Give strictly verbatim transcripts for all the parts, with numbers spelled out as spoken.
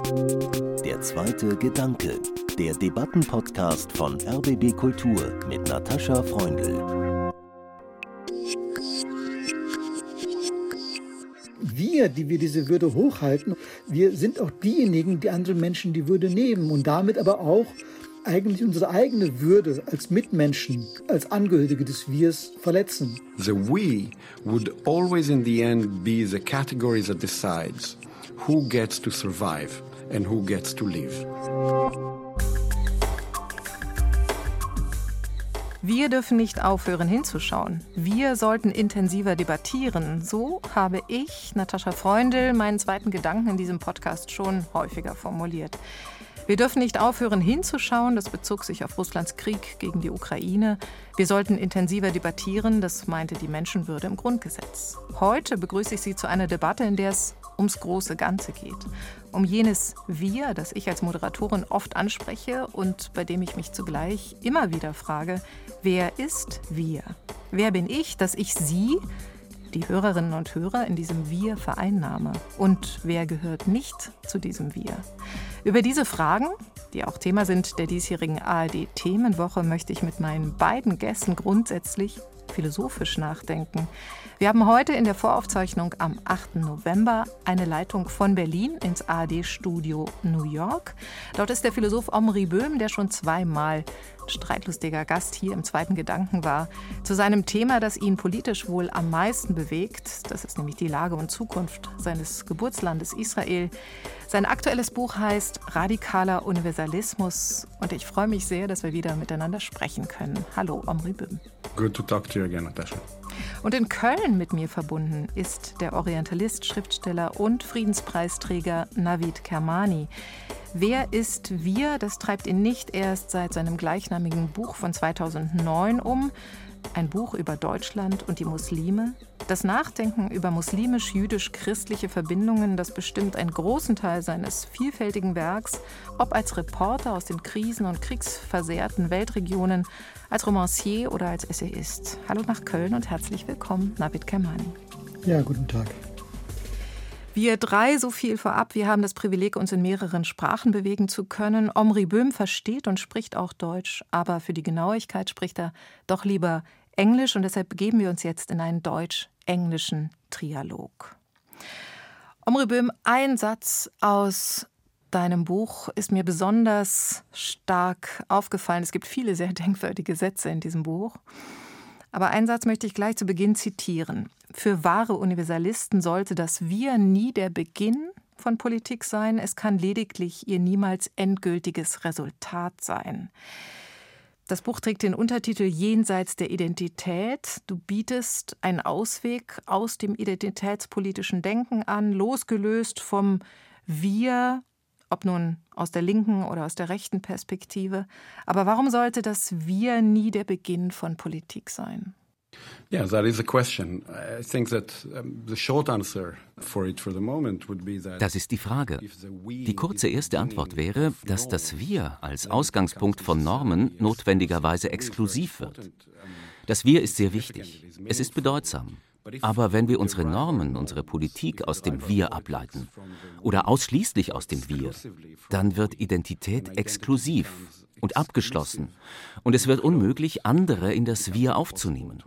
Der zweite Gedanke, der Debattenpodcast von R B B Kultur mit Natascha Freundl. Wir, die wir diese Würde hochhalten, wir sind auch diejenigen, die anderen Menschen die Würde nehmen und damit aber auch eigentlich unsere eigene Würde als Mitmenschen, als Angehörige des Wirs verletzen. The we would always in the end be the category that decides who gets to survive and who gets to live. Wir dürfen nicht aufhören hinzuschauen. Wir sollten intensiver debattieren. So habe ich, Natascha Freundl, meinen zweiten Gedanken in diesem Podcast schon häufiger formuliert. Wir dürfen nicht aufhören hinzuschauen, das bezog sich auf Russlands Krieg gegen die Ukraine. Wir sollten intensiver debattieren, das meinte die Menschenwürde im Grundgesetz. Heute begrüße ich Sie zu einer Debatte, in der es ums große Ganze geht. Um jenes Wir, das ich als Moderatorin oft anspreche und bei dem ich mich zugleich immer wieder frage, wer ist wir? Wer bin ich, dass ich Sie, die Hörerinnen und Hörer, in diesem Wir vereinnahme? Und wer gehört nicht zu diesem Wir? Über diese Fragen, die auch Thema sind der diesjährigen A R D-Themenwoche, möchte ich mit meinen beiden Gästen grundsätzlich philosophisch nachdenken. Wir haben heute in der Voraufzeichnung am achten November eine Leitung von Berlin ins A R D-Studio New York. Dort ist der Philosoph Omri Böhm, der schon zweimal streitlustiger Gast hier im zweiten Gedanken war, zu seinem Thema, das ihn politisch wohl am meisten bewegt. Das ist nämlich die Lage und Zukunft seines Geburtslandes Israel. Sein aktuelles Buch heißt Radikaler Universalismus und ich freue mich sehr, dass wir wieder miteinander sprechen können. Hallo, Omri Böhm. Good to talk to you again, Natascha. Und in Köln mit mir verbunden ist der Orientalist, Schriftsteller und Friedenspreisträger Navid Kermani. Wer ist wir? Das treibt ihn nicht erst seit seinem gleichnamigen Buch von zweitausendneun um. Ein Buch über Deutschland und die Muslime. Das Nachdenken über muslimisch-jüdisch-christliche Verbindungen, das bestimmt einen großen Teil seines vielfältigen Werks, ob als Reporter aus den krisen- und kriegsversehrten Weltregionen, als Romancier oder als Essayist. Hallo nach Köln und herzlich willkommen, Navid Kermani. Ja, guten Tag. Wir drei, so viel vorab, wir haben das Privileg, uns in mehreren Sprachen bewegen zu können. Omri Böhm versteht und spricht auch Deutsch, aber für die Genauigkeit spricht er doch lieber Englisch und deshalb begeben wir uns jetzt in einen deutsch-englischen Trialog. Omri Böhm, ein Satz aus deinem Buch ist mir besonders stark aufgefallen. Es gibt viele sehr denkwürdige Sätze in diesem Buch. Aber einen Satz möchte ich gleich zu Beginn zitieren. Für wahre Universalisten sollte das Wir nie der Beginn von Politik sein. Es kann lediglich ihr niemals endgültiges Resultat sein. Das Buch trägt den Untertitel Jenseits der Identität. Du bietest einen Ausweg aus dem identitätspolitischen Denken an, losgelöst vom Wir, ob nun aus der linken oder aus der rechten Perspektive. Aber warum sollte das Wir nie der Beginn von Politik sein? Yeah, that is a question. I think that um, the short answer for it for the moment would be that Das ist die Frage. Die kurze erste Antwort wäre, dass das Wir als Ausgangspunkt von Normen notwendigerweise exklusiv wird. Das Wir ist sehr wichtig. Es ist bedeutsam. Aber wenn wir unsere Normen, unsere Politik aus dem Wir ableiten oder ausschließlich aus dem Wir, dann wird Identität exklusiv und abgeschlossen und es wird unmöglich, andere in das Wir aufzunehmen.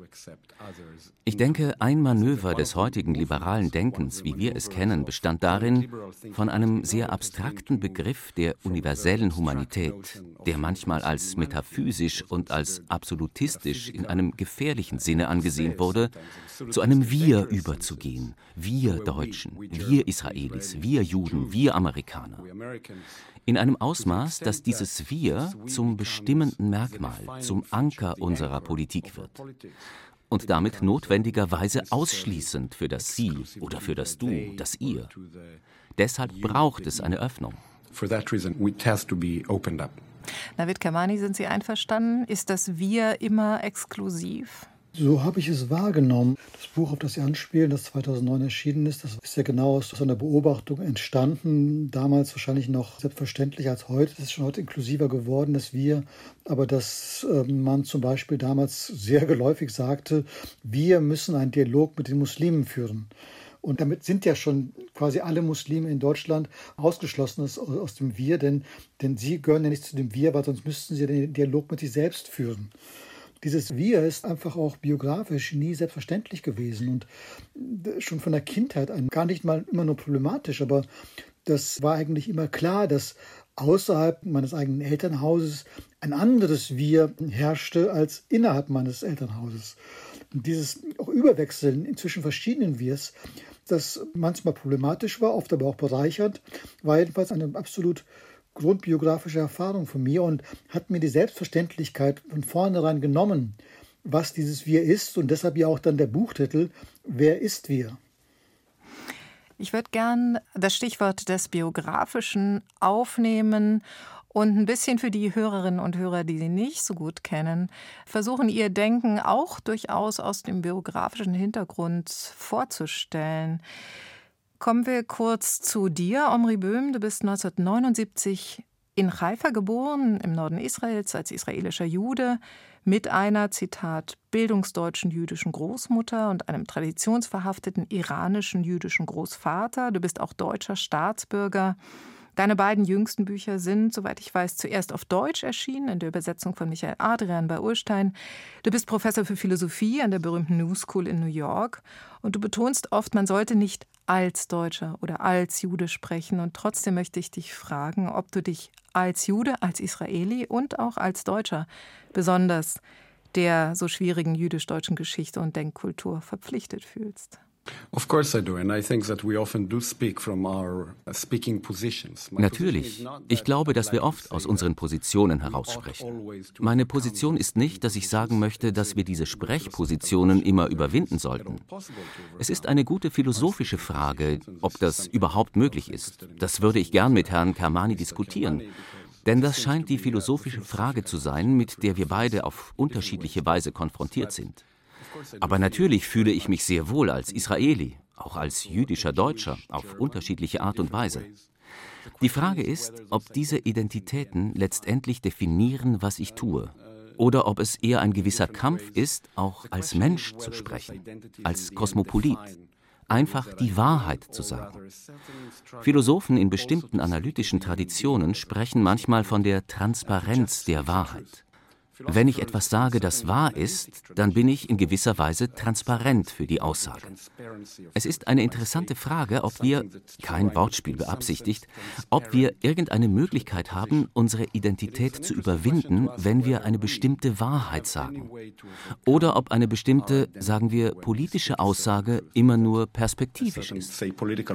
Ich denke, ein Manöver des heutigen liberalen Denkens, wie wir es kennen, bestand darin, von einem sehr abstrakten Begriff der universellen Humanität, der manchmal als metaphysisch und als absolutistisch in einem gefährlichen Sinne angesehen wurde, zu einem Wir überzugehen. Wir Deutschen, wir Israelis, wir Juden, wir Amerikaner. In einem Ausmaß, dass dieses Wir zum bestimmenden Merkmal, zum Anker unserer Politik wird. Und damit notwendigerweise ausschließend für das Sie oder für das Du, das Ihr. Deshalb braucht es eine Öffnung. for that reason it has to be opened up. Navid Kermani, sind Sie einverstanden? Ist das Wir immer exklusiv? So habe ich es wahrgenommen. Das Buch, auf das Sie anspielen, das zweitausendneun erschienen ist, das ist ja genau aus so einer Beobachtung entstanden. Damals wahrscheinlich noch selbstverständlicher als heute. Es ist schon heute inklusiver geworden, dass wir, aber dass äh, man zum Beispiel damals sehr geläufig sagte, wir müssen einen Dialog mit den Muslimen führen. Und damit sind ja schon quasi alle Muslime in Deutschland ausgeschlossen aus, aus dem Wir, denn, denn sie gehören ja nicht zu dem Wir, weil sonst müssten sie den Dialog mit sich selbst führen. Dieses Wir ist einfach auch biografisch nie selbstverständlich gewesen und schon von der Kindheit an gar nicht mal immer nur problematisch, aber das war eigentlich immer klar, dass außerhalb meines eigenen Elternhauses ein anderes Wir herrschte als innerhalb meines Elternhauses. Und dieses auch Überwechseln zwischen verschiedenen Wirs, das manchmal problematisch war, oft aber auch bereichernd, war jedenfalls eine absolut grundbiografische Erfahrung von mir und hat mir die Selbstverständlichkeit von vornherein genommen, was dieses Wir ist und deshalb ja auch dann der Buchtitel Wer ist wir? Ich würde gern das Stichwort des Biografischen aufnehmen und ein bisschen für die Hörerinnen und Hörer, die Sie nicht so gut kennen, versuchen, ihr Denken auch durchaus aus dem biografischen Hintergrund vorzustellen. Kommen wir kurz zu dir, Omri Böhm. Du bist neunzehnhundertneunundsiebzig in Haifa geboren, im Norden Israels, als israelischer Jude, mit einer, Zitat, bildungsdeutschen jüdischen Großmutter und einem traditionsverhafteten iranischen jüdischen Großvater. Du bist auch deutscher Staatsbürger. Deine beiden jüngsten Bücher sind, soweit ich weiß, zuerst auf Deutsch erschienen, in der Übersetzung von Michael Adrian bei Ullstein. Du bist Professor für Philosophie an der berühmten New School in New York und du betonst oft, man sollte nicht als Deutscher oder als Jude sprechen. Und trotzdem möchte ich dich fragen, ob du dich als Jude, als Israeli und auch als Deutscher besonders der so schwierigen jüdisch-deutschen Geschichte und Denkkultur verpflichtet fühlst. Of course I do, and I think that we often do speak from our speaking positions. Natürlich. Ich glaube, dass wir oft aus unseren Positionen heraussprechen. Meine Position ist nicht, dass ich sagen möchte, dass wir diese Sprechpositionen immer überwinden sollten. Es ist eine gute philosophische Frage, ob das überhaupt möglich ist. Das würde ich gern mit Herrn Kermani diskutieren. Denn das scheint die philosophische Frage zu sein, mit der wir beide auf unterschiedliche Weise konfrontiert sind. Aber natürlich fühle ich mich sehr wohl als Israeli, auch als jüdischer Deutscher, auf unterschiedliche Art und Weise. Die Frage ist, ob diese Identitäten letztendlich definieren, was ich tue, oder ob es eher ein gewisser Kampf ist, auch als Mensch zu sprechen, als Kosmopolit, einfach die Wahrheit zu sagen. Philosophen in bestimmten analytischen Traditionen sprechen manchmal von der Transparenz der Wahrheit. Wenn ich etwas sage, das wahr ist, dann bin ich in gewisser Weise transparent für die Aussage. Es ist eine interessante Frage, ob wir, kein Wortspiel beabsichtigt, ob wir irgendeine Möglichkeit haben, unsere Identität zu überwinden, wenn wir eine bestimmte Wahrheit sagen. Oder ob eine bestimmte, sagen wir, politische Aussage immer nur perspektivisch ist.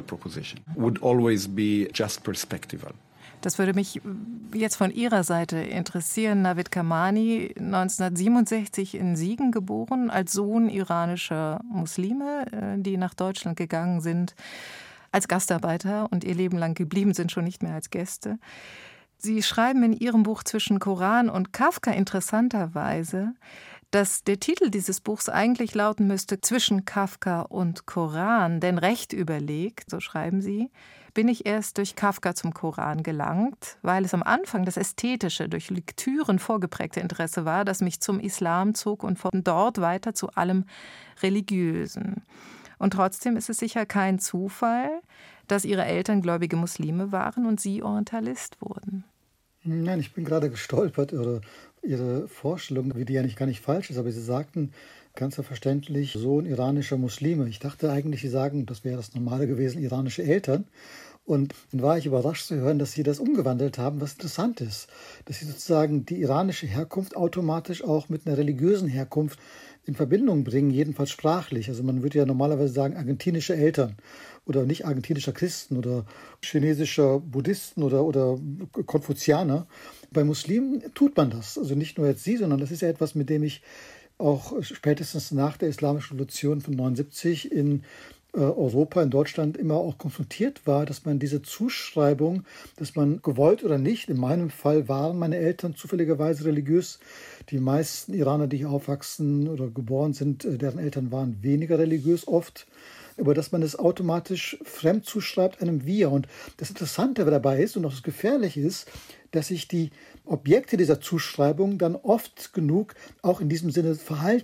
Das würde mich jetzt von Ihrer Seite interessieren. Navid Kermani, neunzehnhundertsiebenundsechzig in Siegen geboren, als Sohn iranischer Muslime, die nach Deutschland gegangen sind als Gastarbeiter und ihr Leben lang geblieben sind, schon nicht mehr als Gäste. Sie schreiben in Ihrem Buch Zwischen Koran und Kafka interessanterweise, dass der Titel dieses Buchs eigentlich lauten müsste Zwischen Kafka und Koran, denn recht überlegt, so schreiben Sie, bin ich erst durch Kafka zum Koran gelangt, weil es am Anfang das ästhetische, durch Lektüren vorgeprägte Interesse war, das mich zum Islam zog und von dort weiter zu allem Religiösen. Und trotzdem ist es sicher kein Zufall, dass Ihre Eltern gläubige Muslime waren und Sie Orientalist wurden. Nein, ich bin gerade gestolpert über Ihre Vorstellung, wie die ja nicht gar nicht falsch ist, aber Sie sagten ganz verständlich, Sohn iranischer Muslime. Ich dachte eigentlich, Sie sagen, das wäre das Normale gewesen, iranische Eltern. Und dann war ich überrascht zu hören, dass Sie das umgewandelt haben, was interessant ist. Dass Sie sozusagen die iranische Herkunft automatisch auch mit einer religiösen Herkunft in Verbindung bringen, jedenfalls sprachlich. Also man würde ja normalerweise sagen, argentinische Eltern oder nicht argentinischer Christen oder chinesischer Buddhisten oder, oder Konfuzianer. Bei Muslimen tut man das. Also nicht nur jetzt Sie, sondern das ist ja etwas, mit dem ich auch spätestens nach der Islamischen Revolution von neunundsiebzig in Europa, in Deutschland immer auch konfrontiert war, dass man diese Zuschreibung, dass man gewollt oder nicht, in meinem Fall waren meine Eltern zufälligerweise religiös. Die meisten Iraner, die hier aufwachsen oder geboren sind, deren Eltern waren weniger religiös oft. Aber dass man es automatisch fremd zuschreibt einem Wir. Und das Interessante dabei ist und auch das Gefährliche ist, dass sich die Objekte dieser Zuschreibung dann oft genug auch in diesem Sinne verhalten.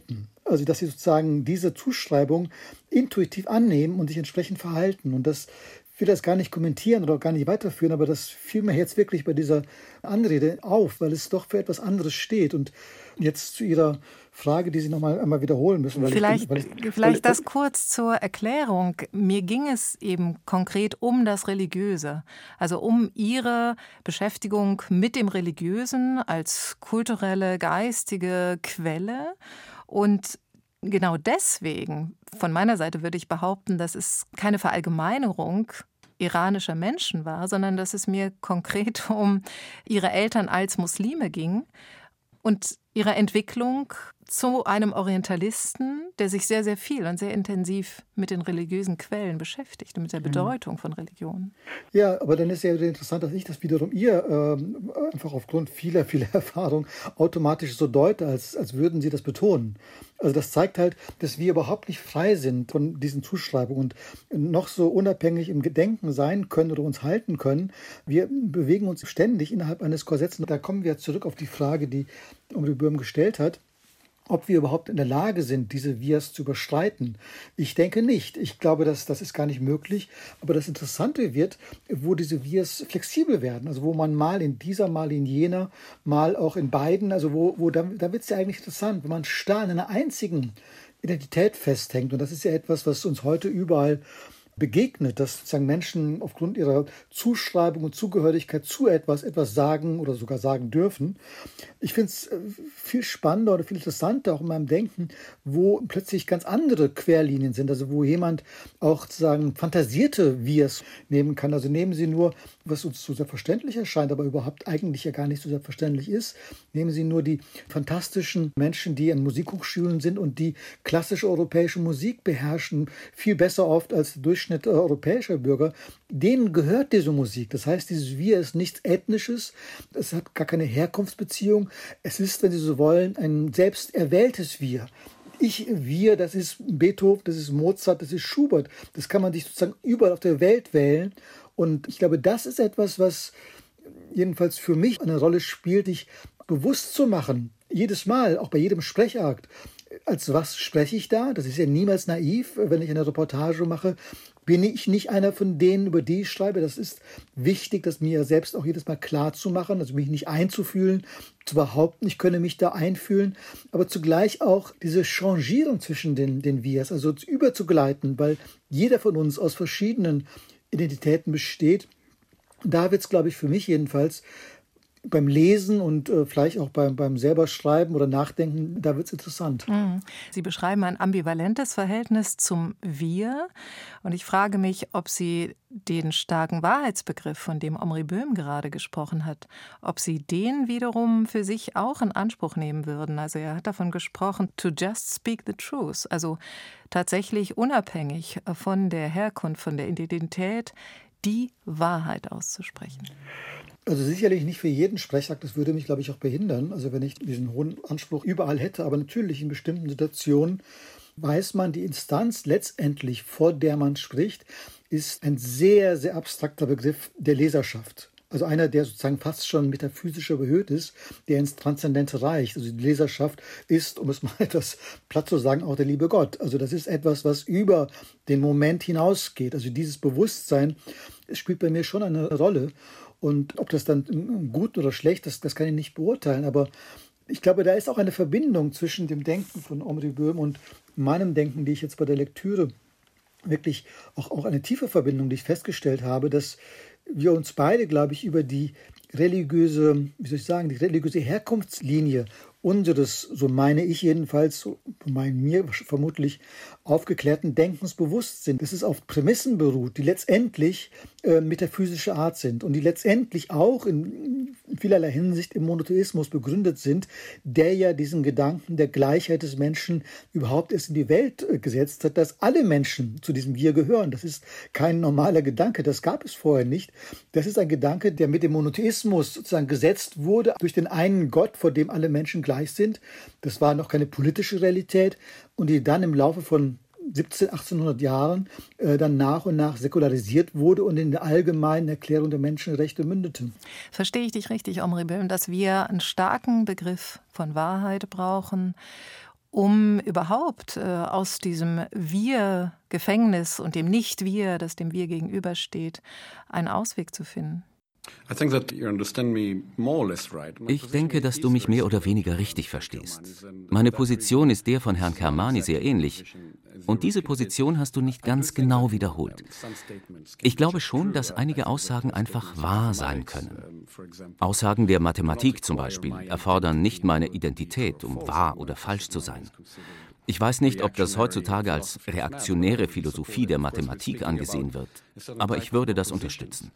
Also dass sie sozusagen diese Zuschreibung intuitiv annehmen und sich entsprechend verhalten. Und das ich will das gar nicht kommentieren oder auch gar nicht weiterführen, aber das fiel mir jetzt wirklich bei dieser Anrede auf, weil es doch für etwas anderes steht. Und jetzt zu Ihrer Frage, die Sie noch mal einmal wiederholen müssen. Weil vielleicht ich bin, weil ich, vielleicht weil, das kurz zur Erklärung. Mir ging es eben konkret um das Religiöse, also um Ihre Beschäftigung mit dem Religiösen als kulturelle, geistige Quelle. Und genau deswegen, von meiner Seite würde ich behaupten, dass es keine Verallgemeinerung iranischer Menschen war, sondern dass es mir konkret um ihre Eltern als Muslime ging und ihre Entwicklung zu einem Orientalisten, der sich sehr, sehr viel und sehr intensiv mit den religiösen Quellen beschäftigt und mit der Bedeutung von Religion. Ja, aber dann ist ja wieder interessant, dass ich das wiederum ihr ähm, einfach aufgrund vieler, vieler Erfahrung automatisch so deute, als, als würden sie das betonen. Also das zeigt halt, dass wir überhaupt nicht frei sind von diesen Zuschreibungen und noch so unabhängig im Gedenken sein können oder uns halten können. Wir bewegen uns ständig innerhalb eines Korsetts. Da kommen wir zurück auf die Frage, die Omri Böhm gestellt hat, ob wir überhaupt in der Lage sind, diese Vias zu überschreiten. Ich denke nicht. Ich glaube, dass, das ist gar nicht möglich. Aber das Interessante wird, wo diese Vias flexibel werden. Also wo man mal in dieser, mal in jener, mal auch in beiden. Also wo, wo da, da wird es ja eigentlich interessant, wenn man starr an einer einzigen Identität festhängt. Und das ist ja etwas, was uns heute überall begegnet, dass sozusagen Menschen aufgrund ihrer Zuschreibung und Zugehörigkeit zu etwas etwas sagen oder sogar sagen dürfen. Ich finde es viel spannender oder viel interessanter auch in meinem Denken, wo plötzlich ganz andere Querlinien sind, also wo jemand auch sozusagen fantasierte Vias nehmen kann. Also nehmen Sie nur, was uns so selbstverständlich erscheint, aber überhaupt eigentlich ja gar nicht so selbstverständlich ist, nehmen Sie nur die fantastischen Menschen, die an Musikhochschulen sind und die klassische europäische Musik beherrschen, viel besser oft als der Durchschnitt europäischer Bürger, denen gehört diese Musik. Das heißt, dieses Wir ist nichts Ethnisches, es hat gar keine Herkunftsbeziehung. Es ist, wenn Sie so wollen, ein selbst erwähltes Wir. Ich, wir, das ist Beethoven, das ist Mozart, das ist Schubert. Das kann man sich sozusagen überall auf der Welt wählen. Und ich glaube, das ist etwas, was jedenfalls für mich eine Rolle spielt, sich bewusst zu machen. Jedes Mal, auch bei jedem Sprechakt. Als was spreche ich da? Das ist ja niemals naiv, wenn ich eine Reportage mache. Bin ich nicht einer von denen, über die ich schreibe? Das ist wichtig, das mir selbst auch jedes Mal klar zu machen, also mich nicht einzufühlen, zu behaupten, ich könne mich da einfühlen, aber zugleich auch diese Changierung zwischen den, den Vias, also überzugleiten, weil jeder von uns aus verschiedenen Identitäten besteht. Da wird es, glaube ich, für mich jedenfalls beim Lesen und äh, vielleicht auch beim, beim selber Schreiben oder Nachdenken, da wird es interessant. Sie beschreiben ein ambivalentes Verhältnis zum Wir. Und ich frage mich, ob Sie den starken Wahrheitsbegriff, von dem Omri Böhm gerade gesprochen hat, ob Sie den wiederum für sich auch in Anspruch nehmen würden. Also er hat davon gesprochen, to just speak the truth, also tatsächlich unabhängig von der Herkunft, von der Identität, die Wahrheit auszusprechen. Also sicherlich nicht für jeden Sprechakt, das würde mich, glaube ich, auch behindern, also wenn ich diesen hohen Anspruch überall hätte, aber natürlich in bestimmten Situationen weiß man, die Instanz letztendlich, vor der man spricht, ist ein sehr, sehr abstrakter Begriff der Leserschaft. Also einer, der sozusagen fast schon metaphysisch überhöht ist, der ins Transzendente reicht. Also die Leserschaft ist, um es mal etwas platt zu sagen, auch der liebe Gott. Also das ist etwas, was über den Moment hinausgeht. Also dieses Bewusstsein spielt bei mir schon eine Rolle. Und ob das dann gut oder schlecht ist, das kann ich nicht beurteilen. Aber ich glaube, da ist auch eine Verbindung zwischen dem Denken von Omri Böhm und meinem Denken, die ich jetzt bei der Lektüre wirklich auch, auch eine tiefe Verbindung, die ich festgestellt habe, dass wir uns beide, glaube ich, über die religiöse, wie soll ich sagen, die religiöse Herkunftslinie unseres, so meine ich jedenfalls, so meinen mir vermutlich aufgeklärten Denkens bewusst sind, dass es auf Prämissen beruht, die letztendlich äh, metaphysische Art sind und die letztendlich auch in vielerlei Hinsicht im Monotheismus begründet sind, der ja diesen Gedanken der Gleichheit des Menschen überhaupt erst in die Welt äh, gesetzt hat, dass alle Menschen zu diesem Wir gehören. Das ist kein normaler Gedanke, das gab es vorher nicht. Das ist ein Gedanke, der mit dem Monotheismus sozusagen gesetzt wurde, durch den einen Gott, vor dem alle Menschen gleich sind. Das war noch keine politische Realität und die dann im Laufe von siebzehnhundert, achtzehnhundert Jahren äh, dann nach und nach säkularisiert wurde und in der allgemeinen Erklärung der Menschenrechte mündete. Verstehe ich dich richtig, Omri Böhm, dass wir einen starken Begriff von Wahrheit brauchen Um überhaupt äh, aus diesem Wir-Gefängnis und dem Nicht-Wir, das dem Wir gegenübersteht, einen Ausweg zu finden? Ich denke, dass du mich mehr oder weniger richtig verstehst. Meine Position ist der von Herrn Kermani sehr ähnlich. Und diese Position hast du nicht ganz genau wiederholt. Ich glaube schon, dass einige Aussagen einfach wahr sein können. Aussagen der Mathematik zum Beispiel erfordern nicht meine Identität, um wahr oder falsch zu sein. Ich weiß nicht, ob das heutzutage als reaktionäre Philosophie der Mathematik angesehen wird, aber ich würde das unterstützen.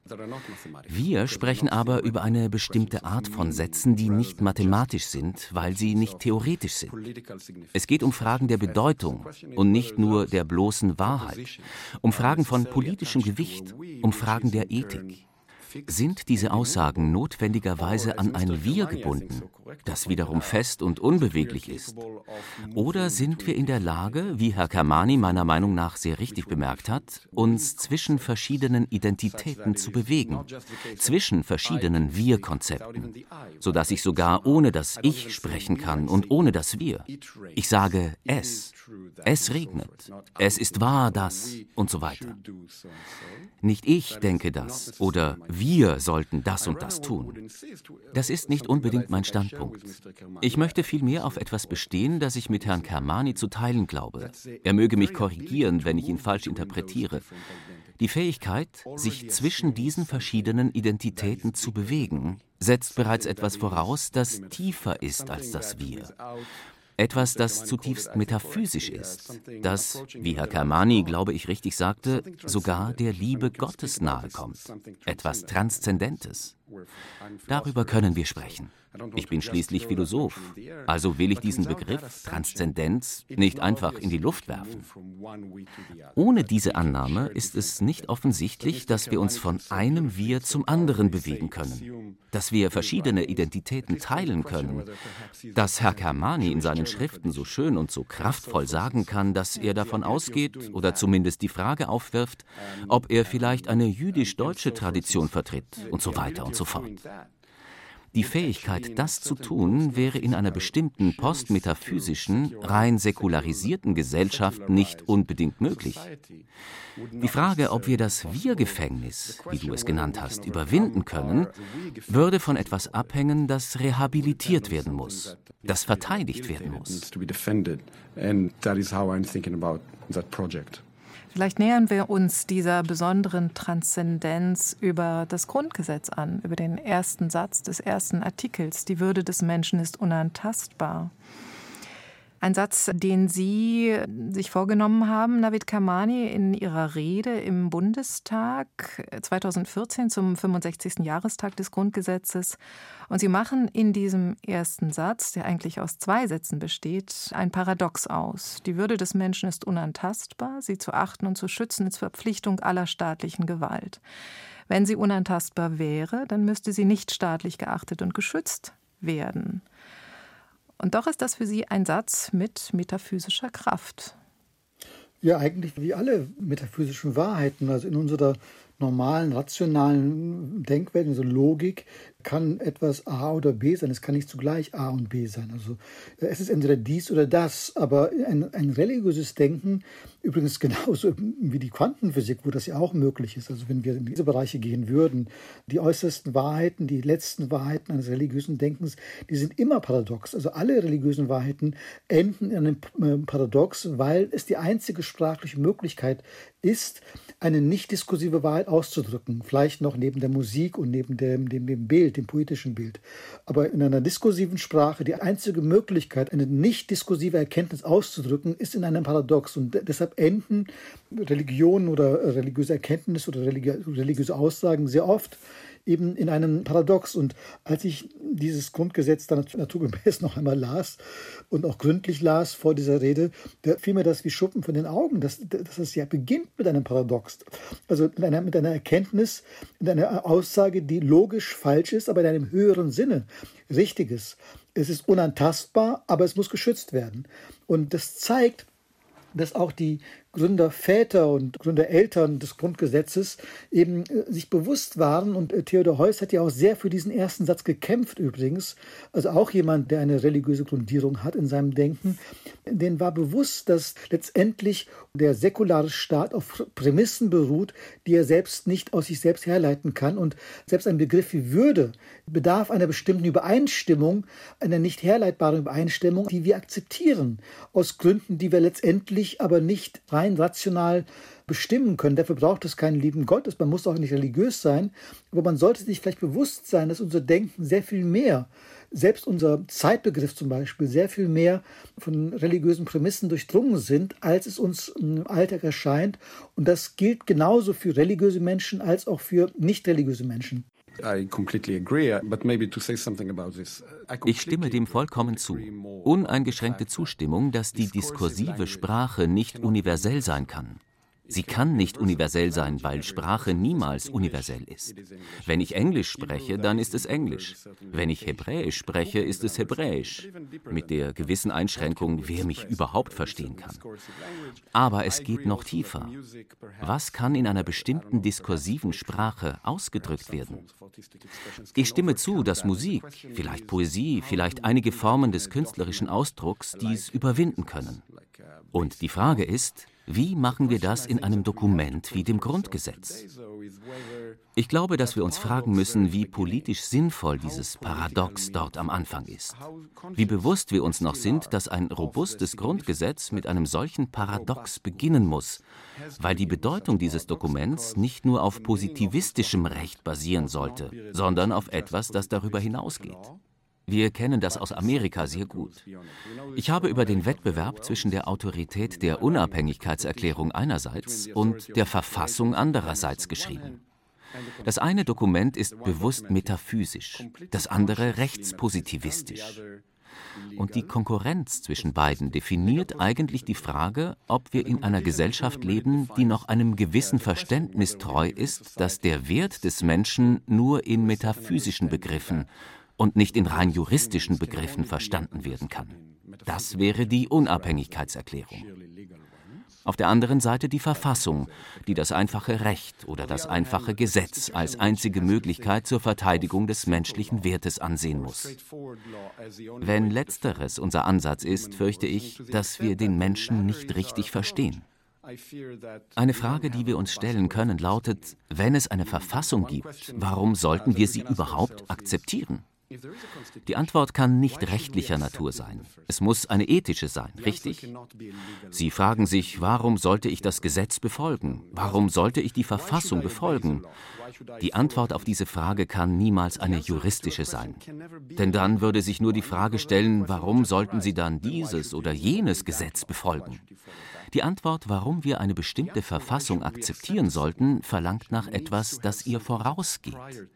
Wir sprechen aber über eine bestimmte Art von Sätzen, die nicht mathematisch sind, weil sie nicht theoretisch sind. Es geht um Fragen der Bedeutung und nicht nur der bloßen Wahrheit, um Fragen von politischem Gewicht, um Fragen der Ethik. Sind diese Aussagen notwendigerweise an ein Wir gebunden, das wiederum fest und unbeweglich ist? Oder sind wir in der Lage, wie Herr Kermani meiner Meinung nach sehr richtig bemerkt hat, uns zwischen verschiedenen Identitäten zu bewegen, zwischen verschiedenen Wir-Konzepten, sodass ich sogar ohne das Ich sprechen kann und ohne das Wir. Ich sage es. Es regnet. Es ist wahr, das und so weiter. Nicht ich denke das oder wir sollten das und das tun. Das ist nicht unbedingt mein Standpunkt. Ich möchte vielmehr auf etwas bestehen, das ich mit Herrn Kermani zu teilen glaube. Er möge mich korrigieren, wenn ich ihn falsch interpretiere. Die Fähigkeit, sich zwischen diesen verschiedenen Identitäten zu bewegen, setzt bereits etwas voraus, das tiefer ist als das Wir. Etwas, das zutiefst metaphysisch ist, das, wie Herr Kermani, glaube ich, richtig sagte, sogar der Liebe Gottes nahe kommt. Etwas Transzendentes. Darüber können wir sprechen. Ich bin schließlich Philosoph, also will ich diesen Begriff Transzendenz nicht einfach in die Luft werfen. Ohne diese Annahme ist es nicht offensichtlich, dass wir uns von einem Wir zum anderen bewegen können, dass wir verschiedene Identitäten teilen können, dass Herr Kermani in seinen Schriften so schön und so kraftvoll sagen kann, dass er davon ausgeht oder zumindest die Frage aufwirft, ob er vielleicht eine jüdisch-deutsche Tradition vertritt und so weiter und so fort. Die Fähigkeit, das zu tun, wäre in einer bestimmten postmetaphysischen, rein säkularisierten Gesellschaft nicht unbedingt möglich. Die Frage, ob wir das Wir-Gefängnis, wie du es genannt hast, überwinden können, würde von etwas abhängen, das rehabilitiert werden muss, das verteidigt werden muss. Vielleicht nähern wir uns dieser besonderen Transzendenz über das Grundgesetz an, über den ersten Satz des ersten Artikels. Die Würde des Menschen ist unantastbar. Ein Satz, den Sie sich vorgenommen haben, Navid Kermani, in Ihrer Rede im Bundestag zweitausendvierzehn zum fünfundsechzigsten Jahrestag des Grundgesetzes. Und Sie machen in diesem ersten Satz, der eigentlich aus zwei Sätzen besteht, ein Paradox aus. Die Würde des Menschen ist unantastbar, sie zu achten und zu schützen ist Verpflichtung aller staatlichen Gewalt. Wenn sie unantastbar wäre, dann müsste sie nicht staatlich geachtet und geschützt werden. Und doch ist das für Sie ein Satz mit metaphysischer Kraft. Ja, eigentlich wie alle metaphysischen Wahrheiten. Also in unserer normalen, rationalen Denkwelt, in unserer Logik, kann etwas A oder B sein. Es kann nicht zugleich A und B sein. Also es ist entweder dies oder das. Aber ein, ein religiöses Denken, übrigens genauso wie die Quantenphysik, wo das ja auch möglich ist. Also wenn wir in diese Bereiche gehen würden, die äußersten Wahrheiten, die letzten Wahrheiten eines religiösen Denkens, die sind immer paradox. Also alle religiösen Wahrheiten enden in einem Paradox, weil es die einzige sprachliche Möglichkeit ist, eine nicht diskursive Wahrheit auszudrücken. Vielleicht noch neben der Musik und neben dem, dem, dem Bild, dem poetischen Bild. Aber in einer diskursiven Sprache, die einzige Möglichkeit, eine nicht diskursive Erkenntnis auszudrücken, ist in einem Paradox. Und deshalb enden Religionen oder religiöse Erkenntnisse oder religiöse Aussagen sehr oft eben in einem Paradox. Und als ich dieses Grundgesetz dann naturgemäß noch einmal las und auch gründlich las vor dieser Rede, da fiel mir das wie Schuppen von den Augen, dass, dass es ja beginnt mit einem Paradox. Also mit einer, mit einer Erkenntnis, mit einer Aussage, die logisch falsch ist, aber in einem höheren Sinne richtig ist. Es ist unantastbar, aber es muss geschützt werden. Und das zeigt, dass auch die Gründerväter und Gründereltern des Grundgesetzes eben sich bewusst waren. Und Theodor Heuss hat ja auch sehr für diesen ersten Satz gekämpft übrigens. Also auch jemand, der eine religiöse Grundierung hat in seinem Denken. Den war bewusst, dass letztendlich der säkulare Staat auf Prämissen beruht, die er selbst nicht aus sich selbst herleiten kann. Und selbst ein Begriff wie Würde bedarf einer bestimmten Übereinstimmung, einer nicht herleitbaren Übereinstimmung, die wir akzeptieren, aus Gründen, die wir letztendlich aber nicht rein rational bestimmen können. Dafür braucht es keinen lieben Gott, man muss auch nicht religiös sein, aber man sollte sich vielleicht bewusst sein, dass unser Denken sehr viel mehr, selbst unser Zeitbegriff zum Beispiel, sehr viel mehr von religiösen Prämissen durchdrungen sind, als es uns im Alltag erscheint. Und das gilt genauso für religiöse Menschen als auch für nicht religiöse Menschen. Ich stimme dem vollkommen zu. Uneingeschränkte Zustimmung, dass die diskursive Sprache nicht universell sein kann. Sie kann nicht universell sein, weil Sprache niemals universell ist. Wenn ich Englisch spreche, dann ist es Englisch. Wenn ich Hebräisch spreche, ist es Hebräisch. Mit der gewissen Einschränkung, wer mich überhaupt verstehen kann. Aber es geht noch tiefer. Was kann in einer bestimmten diskursiven Sprache ausgedrückt werden? Ich stimme zu, dass Musik, vielleicht Poesie, vielleicht einige Formen des künstlerischen Ausdrucks dies überwinden können. Und die Frage ist, wie machen wir das in einem Dokument wie dem Grundgesetz? Ich glaube, dass wir uns fragen müssen, wie politisch sinnvoll dieses Paradox dort am Anfang ist. Wie bewusst wir uns noch sind, dass ein robustes Grundgesetz mit einem solchen Paradox beginnen muss, weil die Bedeutung dieses Dokuments nicht nur auf positivistischem Recht basieren sollte, sondern auf etwas, das darüber hinausgeht. Wir kennen das aus Amerika sehr gut. Ich habe über den Wettbewerb zwischen der Autorität der Unabhängigkeitserklärung einerseits und der Verfassung andererseits geschrieben. Das eine Dokument ist bewusst metaphysisch, das andere rechtspositivistisch. Und die Konkurrenz zwischen beiden definiert eigentlich die Frage, ob wir in einer Gesellschaft leben, die noch einem gewissen Verständnis treu ist, dass der Wert des Menschen nur in metaphysischen Begriffen und nicht in rein juristischen Begriffen verstanden werden kann. Das wäre die Unabhängigkeitserklärung. Auf der anderen Seite die Verfassung, die das einfache Recht oder das einfache Gesetz als einzige Möglichkeit zur Verteidigung des menschlichen Wertes ansehen muss. Wenn letzteres unser Ansatz ist, fürchte ich, dass wir den Menschen nicht richtig verstehen. Eine Frage, die wir uns stellen können, lautet, wenn es eine Verfassung gibt, warum sollten wir sie überhaupt akzeptieren? Die Antwort kann nicht rechtlicher Natur sein. Es muss eine ethische sein, richtig? Sie fragen sich, warum sollte ich das Gesetz befolgen? Warum sollte ich die Verfassung befolgen? Die Antwort auf diese Frage kann niemals eine juristische sein. Denn dann würde sich nur die Frage stellen, warum sollten Sie dann dieses oder jenes Gesetz befolgen? Die Antwort, warum wir eine bestimmte Verfassung akzeptieren sollten, verlangt nach etwas, das ihr vorausgeht.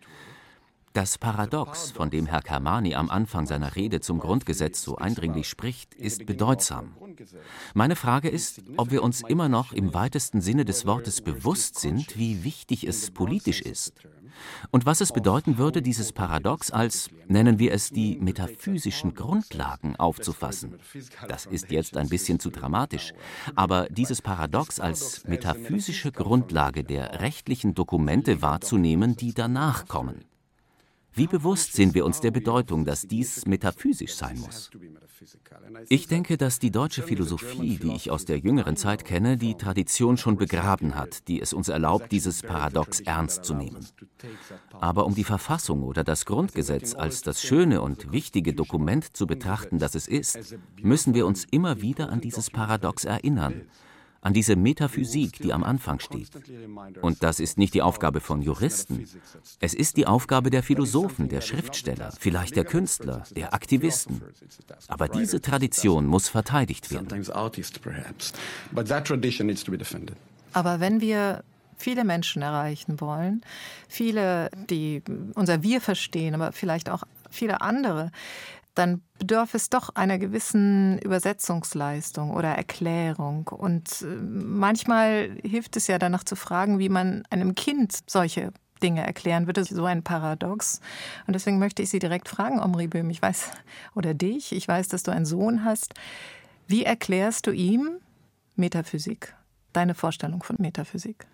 Das Paradox, von dem Herr Kermani am Anfang seiner Rede zum Grundgesetz so eindringlich spricht, ist bedeutsam. Meine Frage ist, ob wir uns immer noch im weitesten Sinne des Wortes bewusst sind, wie wichtig es politisch ist. Und was es bedeuten würde, dieses Paradox als, nennen wir es, die metaphysischen Grundlagen aufzufassen. Das ist jetzt ein bisschen zu dramatisch, aber dieses Paradox als metaphysische Grundlage der rechtlichen Dokumente wahrzunehmen, die danach kommen. Wie bewusst sind wir uns der Bedeutung, dass dies metaphysisch sein muss? Ich denke, dass die deutsche Philosophie, die ich aus der jüngeren Zeit kenne, die Tradition schon begraben hat, die es uns erlaubt, dieses Paradox ernst zu nehmen. Aber um die Verfassung oder das Grundgesetz als das schöne und wichtige Dokument zu betrachten, das es ist, müssen wir uns immer wieder an dieses Paradox erinnern. An diese Metaphysik, die am Anfang steht. Und das ist nicht die Aufgabe von Juristen. Es ist die Aufgabe der Philosophen, der Schriftsteller, vielleicht der Künstler, der Aktivisten. Aber diese Tradition muss verteidigt werden. Aber wenn wir viele Menschen erreichen wollen, viele, die unser Wir verstehen, aber vielleicht auch viele andere, dann bedarf es doch einer gewissen Übersetzungsleistung oder Erklärung. Und manchmal hilft es ja danach zu fragen, wie man einem Kind solche Dinge erklären würde, so ein Paradox. Und deswegen möchte ich Sie direkt fragen, Omri Böhm, ich weiß, oder dich, ich weiß, dass du einen Sohn hast. Wie erklärst du ihm Metaphysik? deine Vorstellung von Metaphysik?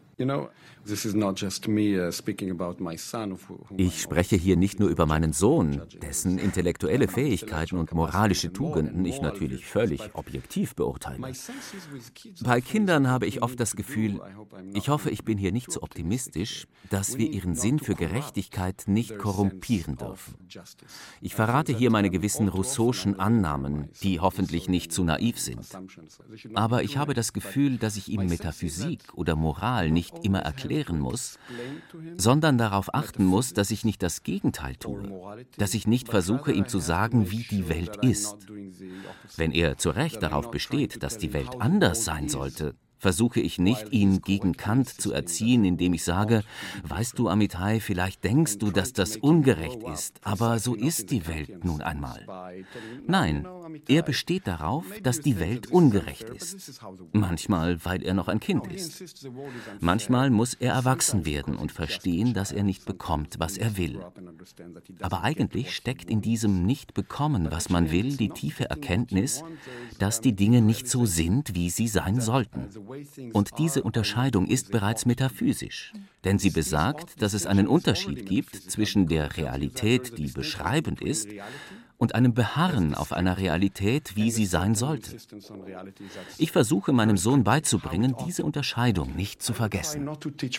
Ich spreche hier nicht nur über meinen Sohn, dessen intellektuelle Fähigkeiten und moralische Tugenden ich natürlich völlig objektiv beurteile. Bei Kindern habe ich oft das Gefühl, ich hoffe, ich bin hier nicht so optimistisch, dass wir ihren Sinn für Gerechtigkeit nicht korrumpieren dürfen. Ich verrate hier meine gewissen rousseau'schen Annahmen, die hoffentlich nicht zu naiv sind. Aber ich habe das Gefühl, dass ich ihm Metaphysik oder Moral nicht immer erklären muss, sondern darauf achten muss, dass ich nicht das Gegenteil tue, dass ich nicht versuche, ihm zu sagen, wie die Welt ist. Wenn er zu Recht darauf besteht, dass die Welt anders sein sollte, versuche ich nicht, ihn gegen Kant zu erziehen, indem ich sage, weißt du, Amitai, vielleicht denkst du, dass das ungerecht ist, aber so ist die Welt nun einmal. Nein, er besteht darauf, dass die Welt ungerecht ist. Manchmal, weil er noch ein Kind ist. Manchmal muss er erwachsen werden und verstehen, dass er nicht bekommt, was er will. Aber eigentlich steckt in diesem Nicht-Bekommen, was man will, die tiefe Erkenntnis, dass die Dinge nicht so sind, wie sie sein sollten. Und diese Unterscheidung ist bereits metaphysisch, denn sie besagt, dass es einen Unterschied gibt zwischen der Realität, die beschreibend ist, und einem Beharren auf einer Realität, wie sie sein sollte. Ich versuche meinem Sohn beizubringen, diese Unterscheidung nicht zu vergessen.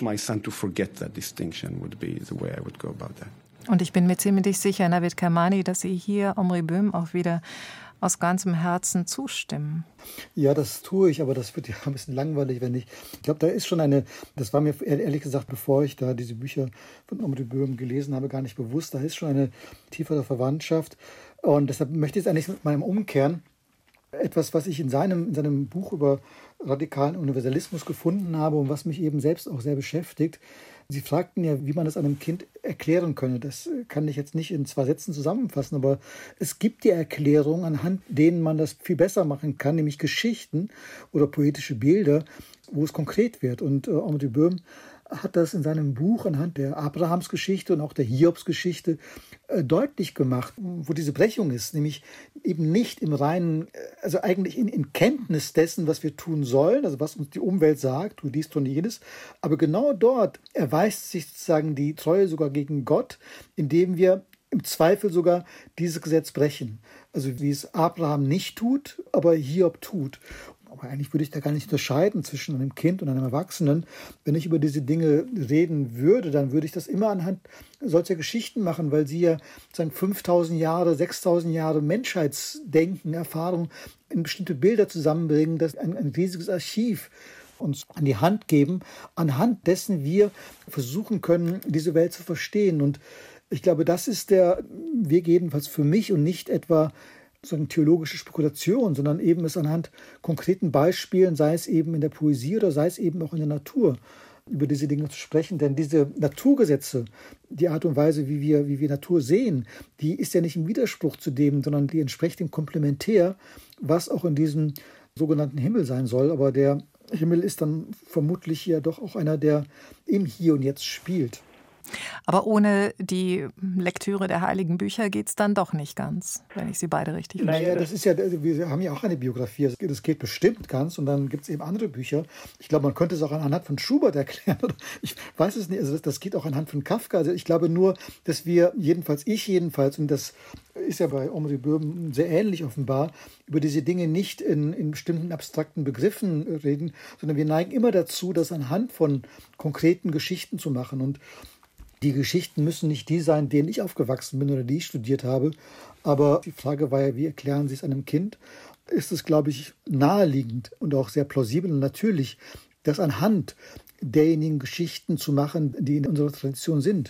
Und ich bin mir ziemlich sicher, Navid Kermani, dass Sie hier Omri Böhm auch wieder aus ganzem Herzen zustimmen. Ja, das tue ich, aber das wird ja ein bisschen langweilig, wenn ich... Ich glaube, da ist schon eine... Das war mir ehrlich gesagt, bevor ich da diese Bücher von Omri Böhm gelesen habe, gar nicht bewusst. Da ist schon eine tiefere Verwandtschaft. Und deshalb möchte ich jetzt eigentlich mit meinem Umkehren etwas, was ich in seinem, in seinem Buch über radikalen Universalismus gefunden habe und was mich eben selbst auch sehr beschäftigt. Sie fragten ja, wie man das einem Kind erklären könne. Das kann ich jetzt nicht in zwei Sätzen zusammenfassen, aber es gibt die Erklärungen, anhand denen man das viel besser machen kann, nämlich Geschichten oder poetische Bilder, wo es konkret wird. Und äh, Omri Böhm hat das in seinem Buch anhand der Abrahamsgeschichte und auch der Hiobsgeschichte äh, deutlich gemacht, wo diese Brechung ist, nämlich eben nicht im reinen, also eigentlich in, in Kenntnis dessen, was wir tun sollen, also was uns die Umwelt sagt, tu dies, tu jenes, aber genau dort erweist sich sozusagen die Treue sogar gegen Gott, indem wir im Zweifel sogar dieses Gesetz brechen. Also wie es Abraham nicht tut, aber Hiob tut. Aber eigentlich würde ich da gar nicht unterscheiden zwischen einem Kind und einem Erwachsenen. Wenn ich über diese Dinge reden würde, dann würde ich das immer anhand solcher Geschichten machen, weil sie ja sagen, fünftausend Jahre, sechstausend Jahre Menschheitsdenken, Erfahrung in bestimmte Bilder zusammenbringen, das ein, ein riesiges Archiv uns an die Hand geben, anhand dessen wir versuchen können, diese Welt zu verstehen. Und ich glaube, das ist der Weg jedenfalls für mich und nicht etwa so eine theologische Spekulation, sondern eben es anhand konkreten Beispielen, sei es eben in der Poesie oder sei es eben auch in der Natur, über diese Dinge zu sprechen. Denn diese Naturgesetze, die Art und Weise, wie wir, wie wir Natur sehen, die ist ja nicht im Widerspruch zu dem, sondern die entspricht dem Komplementär, was auch in diesem sogenannten Himmel sein soll. Aber der Himmel ist dann vermutlich ja doch auch einer, der im Hier und Jetzt spielt. Aber ohne die Lektüre der heiligen Bücher geht es dann doch nicht ganz, wenn ich sie beide richtig verstehe. Naja, das ist ja, wir haben ja auch eine Biografie, das geht bestimmt ganz und dann gibt es eben andere Bücher. Ich glaube, man könnte es auch anhand von Schubert erklären. Ich weiß es nicht, also das, das geht auch anhand von Kafka. Also ich glaube nur, dass wir, jedenfalls ich jedenfalls, und das ist ja bei Omri Böhm sehr ähnlich offenbar, über diese Dinge nicht in, in bestimmten abstrakten Begriffen reden, sondern wir neigen immer dazu, das anhand von konkreten Geschichten zu machen. Und die Geschichten müssen nicht die sein, denen ich aufgewachsen bin oder die ich studiert habe. Aber die Frage war ja, wie erklären Sie es einem Kind? Ist es, glaube ich, naheliegend und auch sehr plausibel und natürlich, das anhand derjenigen Geschichten zu machen, die in unserer Tradition sind.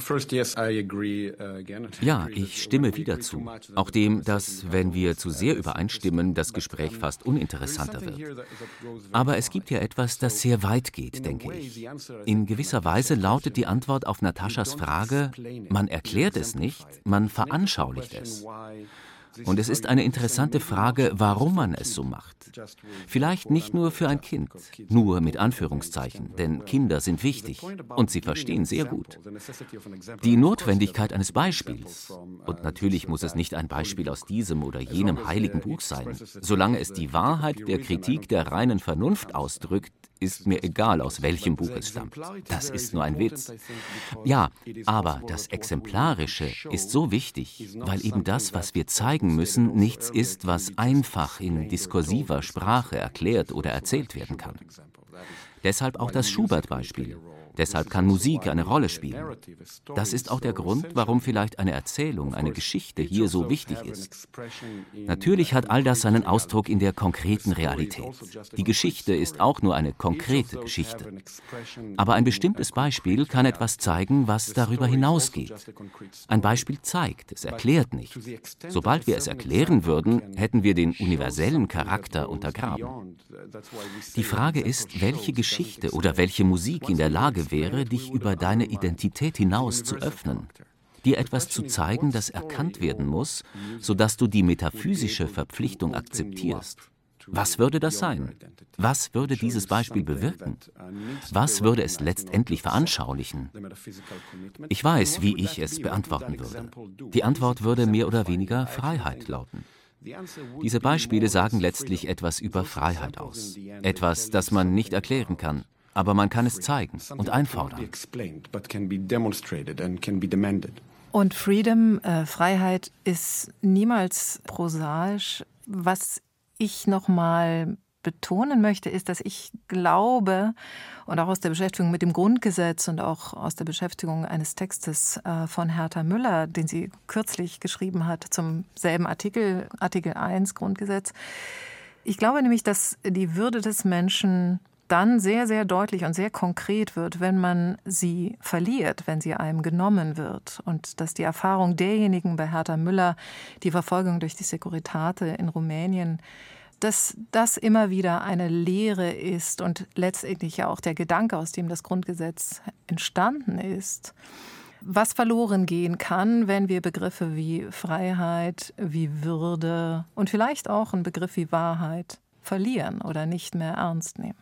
Ja, ich stimme wieder zu. Auch dem, dass, wenn wir zu sehr übereinstimmen, das Gespräch fast uninteressanter wird. Aber es gibt ja etwas, das sehr weit geht, denke ich. In gewisser Weise lautet die Antwort auf Nataschas Frage, man erklärt es nicht, man veranschaulicht es. Und es ist eine interessante Frage, warum man es so macht. Vielleicht nicht nur für ein Kind, nur mit Anführungszeichen, denn Kinder sind wichtig und sie verstehen sehr gut. Die Notwendigkeit eines Beispiels, und natürlich muss es nicht ein Beispiel aus diesem oder jenem heiligen Buch sein, solange es die Wahrheit der Kritik der reinen Vernunft ausdrückt, ist mir egal, aus welchem Buch es stammt. Das ist nur ein Witz. Ja, aber das Exemplarische ist so wichtig, weil eben das, was wir zeigen müssen, nichts ist, was einfach in diskursiver Sprache erklärt oder erzählt werden kann. Deshalb auch das Schubert-Beispiel. Deshalb kann Musik eine Rolle spielen. Das ist auch der Grund, warum vielleicht eine Erzählung, eine Geschichte hier so wichtig ist. Natürlich hat all das seinen Ausdruck in der konkreten Realität. Die Geschichte ist auch nur eine konkrete Geschichte. Aber ein bestimmtes Beispiel kann etwas zeigen, was darüber hinausgeht. Ein Beispiel zeigt, es erklärt nicht. Sobald wir es erklären würden, hätten wir den universellen Charakter untergraben. Die Frage ist, welche Geschichte oder welche Musik in der Lage wäre, dich über deine Identität hinaus zu öffnen, dir etwas zu zeigen, das erkannt werden muss, sodass du die metaphysische Verpflichtung akzeptierst. Was würde das sein? Was würde dieses Beispiel bewirken? Was würde es letztendlich veranschaulichen? Ich weiß, wie ich es beantworten würde. Die Antwort würde mehr oder weniger Freiheit lauten. Diese Beispiele sagen letztlich etwas über Freiheit aus. Etwas, das man nicht erklären kann. Aber man kann es zeigen und einfordern. Und Freedom, äh, Freiheit, ist niemals prosaisch. Was ich noch mal betonen möchte, ist, dass ich glaube, und auch aus der Beschäftigung mit dem Grundgesetz und auch aus der Beschäftigung eines Textes äh, von Hertha Müller, den sie kürzlich geschrieben hat zum selben Artikel, Artikel eins Grundgesetz. Ich glaube nämlich, dass die Würde des Menschen dann sehr, sehr deutlich und sehr konkret wird, wenn man sie verliert, wenn sie einem genommen wird. Und dass die Erfahrung derjenigen bei Hertha Müller, die Verfolgung durch die Securitate in Rumänien, dass das immer wieder eine Lehre ist und letztendlich ja auch der Gedanke, aus dem das Grundgesetz entstanden ist, was verloren gehen kann, wenn wir Begriffe wie Freiheit, wie Würde und vielleicht auch einen Begriff wie Wahrheit verlieren oder nicht mehr ernst nehmen.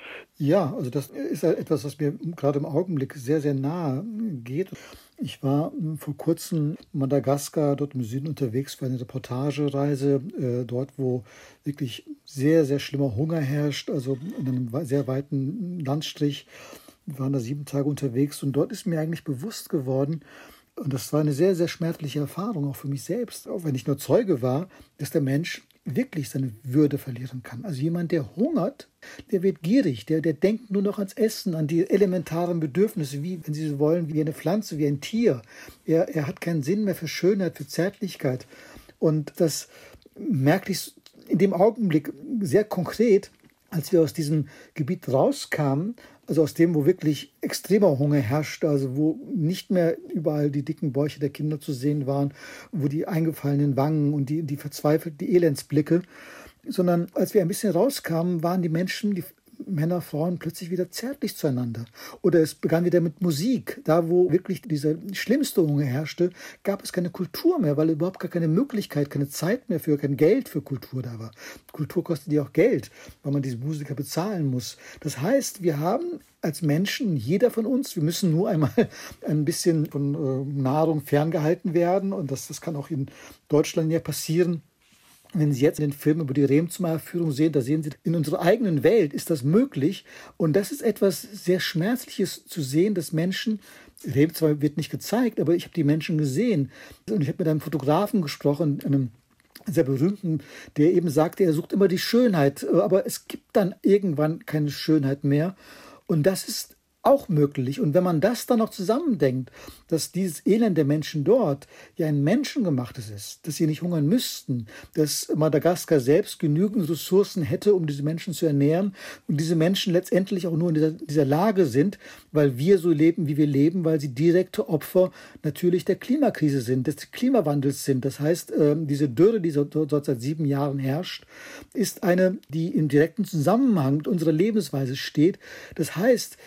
Ja, also das ist etwas, was mir gerade im Augenblick sehr, sehr nahe geht. Ich war vor kurzem in Madagaskar, dort im Süden unterwegs für eine Reportagereise, äh, dort, wo wirklich sehr, sehr schlimmer Hunger herrscht, also in einem sehr weiten Landstrich. Wir waren da sieben Tage unterwegs und dort ist mir eigentlich bewusst geworden, und das war eine sehr, sehr schmerzliche Erfahrung, auch für mich selbst, auch wenn ich nur Zeuge war, dass der Mensch wirklich seine Würde verlieren kann. Also jemand, der hungert, der wird gierig, der, der denkt nur noch ans Essen, an die elementaren Bedürfnisse, wie, wenn Sie so wollen, wie eine Pflanze, wie ein Tier. Er, er hat keinen Sinn mehr für Schönheit, für Zärtlichkeit. Und das merkte ich in dem Augenblick sehr konkret, als wir aus diesem Gebiet rauskamen, also aus dem, wo wirklich extremer Hunger herrschte, also wo nicht mehr überall die dicken Bäuche der Kinder zu sehen waren, wo die eingefallenen Wangen und die, die verzweifelten Elendsblicke, sondern als wir ein bisschen rauskamen, waren die Menschen, die Männer, Frauen plötzlich wieder zärtlich zueinander. Oder es begann wieder mit Musik. Da, wo wirklich dieser schlimmste Hunger herrschte, gab es keine Kultur mehr, weil überhaupt gar keine Möglichkeit, keine Zeit mehr für, kein Geld für Kultur da war. Kultur kostet ja auch Geld, weil man diese Musiker bezahlen muss. Das heißt, wir haben als Menschen, jeder von uns, wir müssen nur einmal ein bisschen von äh, Nahrung ferngehalten werden. Und das, das kann auch in Deutschland ja passieren. Wenn Sie jetzt den Film über die Remsmar-Führung sehen, da sehen Sie, in unserer eigenen Welt ist das möglich. Und das ist etwas sehr Schmerzliches zu sehen, dass Menschen, Remsmar wird nicht gezeigt, aber ich habe die Menschen gesehen. Und ich habe mit einem Fotografen gesprochen, einem sehr berühmten, der eben sagte, er sucht immer die Schönheit, aber es gibt dann irgendwann keine Schönheit mehr. Und das ist auch möglich. Und wenn man das dann noch zusammendenkt, dass dieses Elend der Menschen dort ja ein menschengemachtes ist, dass sie nicht hungern müssten, dass Madagaskar selbst genügend Ressourcen hätte, um diese Menschen zu ernähren und diese Menschen letztendlich auch nur in dieser, dieser Lage sind, weil wir so leben, wie wir leben, weil sie direkte Opfer natürlich der Klimakrise sind, des Klimawandels sind. Das heißt, diese Dürre, die dort seit sieben Jahren herrscht, ist eine, die im direkten Zusammenhang mit unserer Lebensweise steht. Das heißt, wir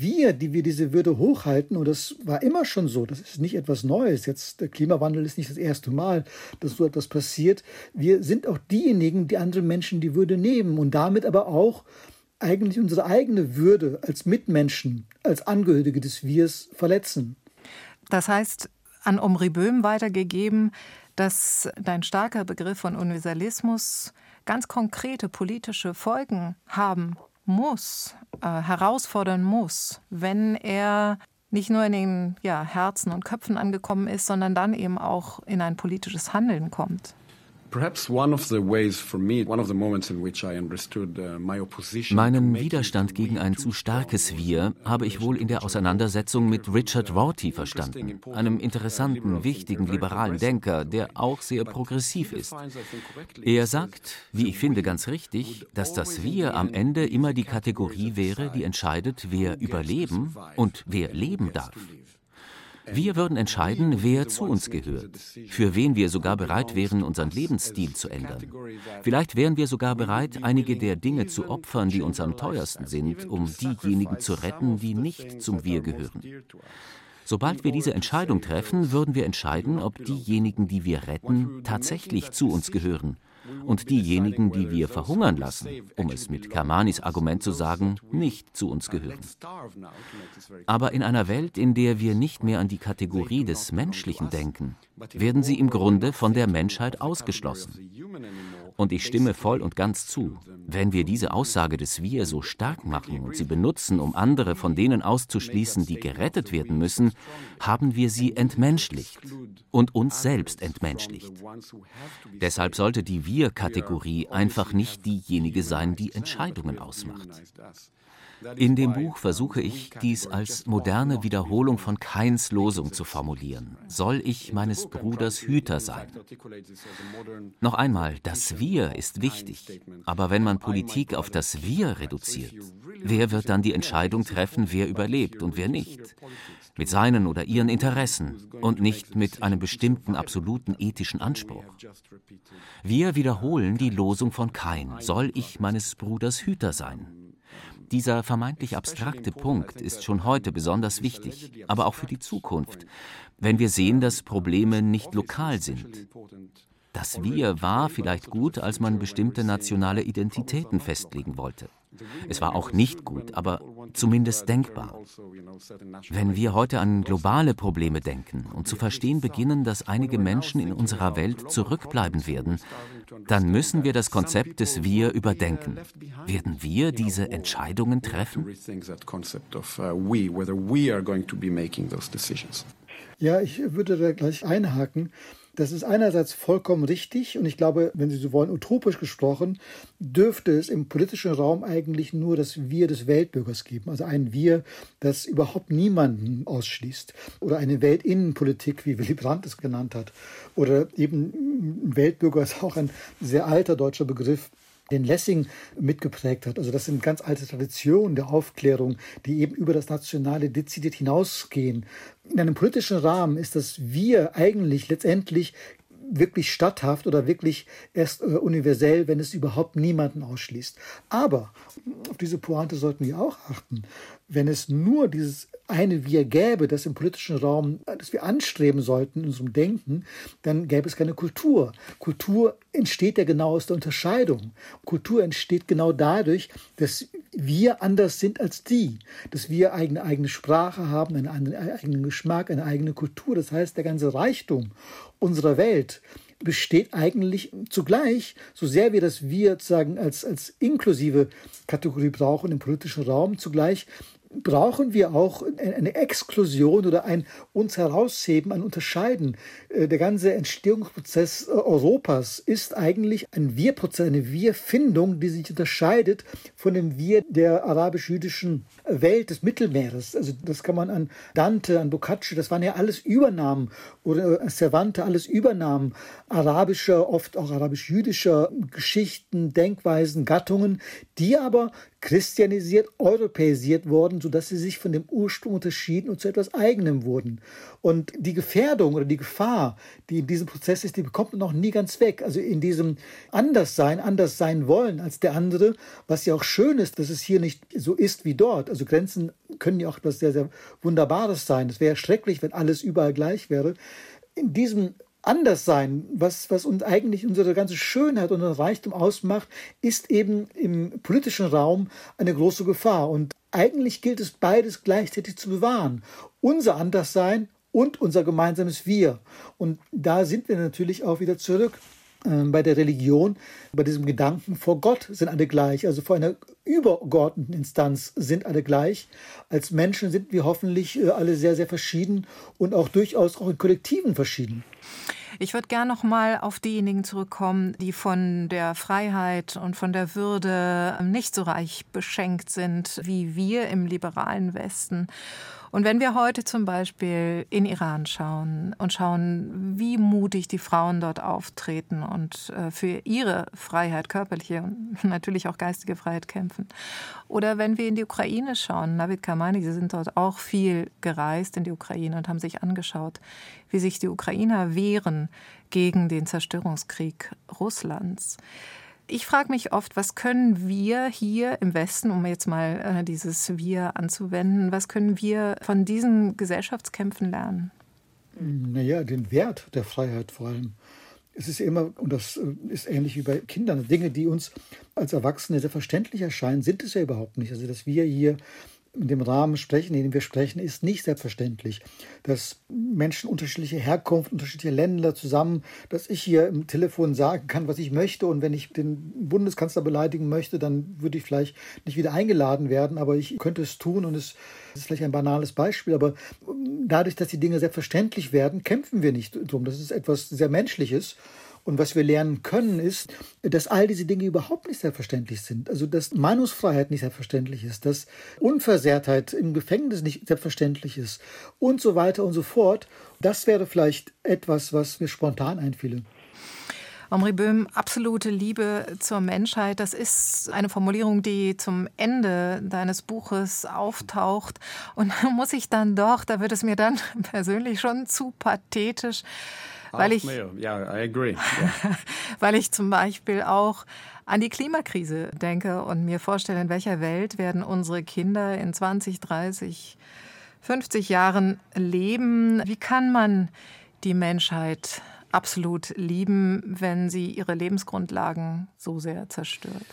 wir, die wir diese Würde hochhalten, und das war immer schon so, das ist nicht etwas Neues, jetzt der Klimawandel ist nicht das erste Mal, dass so etwas passiert, wir sind auch diejenigen, die anderen Menschen die Würde nehmen und damit aber auch eigentlich unsere eigene Würde als Mitmenschen, als Angehörige des Wirs verletzen. Das heißt, an Omri Böhm weitergegeben, dass dein starker Begriff von Universalismus ganz konkrete politische Folgen haben muss, äh, herausfordern muss, wenn er nicht nur in den ja, Herzen und Köpfen angekommen ist, sondern dann eben auch in ein politisches Handeln kommt. Meinen Widerstand gegen ein zu starkes Wir habe ich wohl in der Auseinandersetzung mit Richard Rorty verstanden, einem interessanten, wichtigen liberalen Denker, der auch sehr progressiv ist. Er sagt, wie ich finde ganz richtig, dass das Wir am Ende immer die Kategorie wäre, die entscheidet, wer überleben und wer leben darf. Wir würden entscheiden, wer zu uns gehört, für wen wir sogar bereit wären, unseren Lebensstil zu ändern. Vielleicht wären wir sogar bereit, einige der Dinge zu opfern, die uns am teuersten sind, um diejenigen zu retten, die nicht zum Wir gehören. Sobald wir diese Entscheidung treffen, würden wir entscheiden, ob diejenigen, die wir retten, tatsächlich zu uns gehören und diejenigen, die wir verhungern lassen, um es mit Kermanis Argument zu sagen, nicht zu uns gehören. Aber in einer Welt, in der wir nicht mehr an die Kategorie des Menschlichen denken, werden sie im Grunde von der Menschheit ausgeschlossen. Und ich stimme voll und ganz zu. Wenn wir diese Aussage des Wir so stark machen und sie benutzen, um andere von denen auszuschließen, die gerettet werden müssen, haben wir sie entmenschlicht und uns selbst entmenschlicht. Deshalb sollte die Wir-Kategorie einfach nicht diejenige sein, die Entscheidungen ausmacht. In dem Buch versuche ich, dies als moderne Wiederholung von Kains Losung zu formulieren. Soll ich meines Bruders Hüter sein? Noch einmal, das Wir ist wichtig. Aber wenn man Politik auf das Wir reduziert, wer wird dann die Entscheidung treffen, wer überlebt und wer nicht? Mit seinen oder ihren Interessen und nicht mit einem bestimmten absoluten ethischen Anspruch. Wir wiederholen die Losung von Kain. Soll ich meines Bruders Hüter sein? Dieser vermeintlich abstrakte Punkt ist schon heute besonders wichtig, aber auch für die Zukunft, wenn wir sehen, dass Probleme nicht lokal sind. Das Wir war vielleicht gut, als man bestimmte nationale Identitäten festlegen wollte. Es war auch nicht gut, aber zumindest denkbar. Wenn wir heute an globale Probleme denken und zu verstehen beginnen, dass einige Menschen in unserer Welt zurückbleiben werden, dann müssen wir das Konzept des Wir überdenken. Werden wir diese Entscheidungen treffen? Ja, ich würde da gleich einhaken. Das ist einerseits vollkommen richtig und ich glaube, wenn Sie so wollen, utopisch gesprochen, dürfte es im politischen Raum eigentlich nur das Wir des Weltbürgers geben. Also ein Wir, das überhaupt niemanden ausschließt. Oder eine Weltinnenpolitik, wie Willy Brandt es genannt hat. Oder eben Weltbürger ist auch ein sehr alter deutscher Begriff, den Lessing mitgeprägt hat. Also das sind ganz alte Traditionen der Aufklärung, die eben über das Nationale dezidiert hinausgehen. In einem politischen Rahmen ist das Wir eigentlich letztendlich wirklich statthaft oder wirklich erst äh, universell, wenn es überhaupt niemanden ausschließt. Aber auf diese Pointe sollten wir auch achten. Wenn es nur dieses eine Wir gäbe, das im politischen Raum, das wir anstreben sollten in unserem Denken, dann gäbe es keine Kultur. Kultur entsteht ja genau aus der Unterscheidung. Kultur entsteht genau dadurch, dass wir anders sind als die, dass wir eine eigene Sprache haben, einen eigenen Geschmack, eine eigene Kultur. Das heißt, der ganze Reichtum unserer Welt besteht eigentlich zugleich, so sehr wir das Wir sozusagen als, als inklusive Kategorie brauchen im politischen Raum, zugleich brauchen wir auch eine Exklusion oder ein uns herausheben, ein Unterscheiden. Der ganze Entstehungsprozess Europas ist eigentlich ein Wir-Prozess, eine Wir-Findung, die sich unterscheidet von dem Wir der arabisch-jüdischen Welt des Mittelmeeres. Also das kann man an Dante, an Boccaccio, das waren ja alles Übernahmen, oder Cervantes, alles Übernahmen arabischer, oft auch arabisch-jüdischer Geschichten, Denkweisen, Gattungen, die aber christianisiert, europäisiert worden, sodass sie sich von dem Ursprung unterschieden und zu etwas Eigenem wurden. Und die Gefährdung oder die Gefahr, die in diesem Prozess ist, die bekommt man noch nie ganz weg. Also in diesem Anderssein, anders sein wollen als der andere, was ja auch schön ist, dass es hier nicht so ist wie dort. Also Grenzen können ja auch etwas sehr, sehr Wunderbares sein. Es wäre schrecklich, wenn alles überall gleich wäre. In diesem Anderssein, was, was uns eigentlich unsere ganze Schönheit und Reichtum ausmacht, ist eben im politischen Raum eine große Gefahr. Und eigentlich gilt es, beides gleichzeitig zu bewahren. Unser Anderssein und unser gemeinsames Wir. Und da sind wir natürlich auch wieder zurück äh, bei der Religion, bei diesem Gedanken, vor Gott sind alle gleich, also vor einer übergeordneten Instanz sind alle gleich. Als Menschen sind wir hoffentlich äh, alle sehr, sehr verschieden und auch durchaus auch in Kollektiven verschieden. Ich würde gerne noch mal auf diejenigen zurückkommen, die von der Freiheit und von der Würde nicht so reich beschenkt sind wie wir im liberalen Westen. Und wenn wir heute zum Beispiel in Iran schauen und schauen, wie mutig die Frauen dort auftreten und für ihre Freiheit, körperliche und natürlich auch geistige Freiheit kämpfen. Oder wenn wir in die Ukraine schauen, Navid Kermani, Sie sind dort auch viel gereist in die Ukraine und haben sich angeschaut, wie sich die Ukrainer wehren gegen den Zerstörungskrieg Russlands. Ich frage mich oft, was können wir hier im Westen, um jetzt mal äh, dieses Wir anzuwenden, was können wir von diesen Gesellschaftskämpfen lernen? Naja, den Wert der Freiheit vor allem. Es ist immer, und das ist ähnlich wie bei Kindern, Dinge, die uns als Erwachsene selbstverständlich erscheinen, sind es ja überhaupt nicht. Also, dass wir hier in dem Rahmen sprechen, in dem wir sprechen, ist nicht selbstverständlich. Dass Menschen unterschiedlicher Herkunft, unterschiedlicher Länder zusammen, dass ich hier im Telefon sagen kann, was ich möchte, und wenn ich den Bundeskanzler beleidigen möchte, dann würde ich vielleicht nicht wieder eingeladen werden, aber ich könnte es tun, und es ist vielleicht ein banales Beispiel, aber dadurch, dass die Dinge selbstverständlich werden, kämpfen wir nicht drum. Das ist etwas sehr Menschliches. Und was wir lernen können, ist, dass all diese Dinge überhaupt nicht selbstverständlich sind. Also, dass Meinungsfreiheit nicht selbstverständlich ist, dass Unversehrtheit im Gefängnis nicht selbstverständlich ist und so weiter und so fort. Das wäre vielleicht etwas, was mir spontan einfiele. Omri Böhm, absolute Liebe zur Menschheit, das ist eine Formulierung, die zum Ende deines Buches auftaucht. Und da muss ich dann doch, da wird es mir dann persönlich schon zu pathetisch, weil ich, yeah, I agree. Yeah. weil ich zum Beispiel auch an die Klimakrise denke und mir vorstelle, in welcher Welt werden unsere Kinder in zwanzig, dreißig, fünfzig Jahren leben. Wie kann man die Menschheit absolut lieben, wenn sie ihre Lebensgrundlagen so sehr zerstört?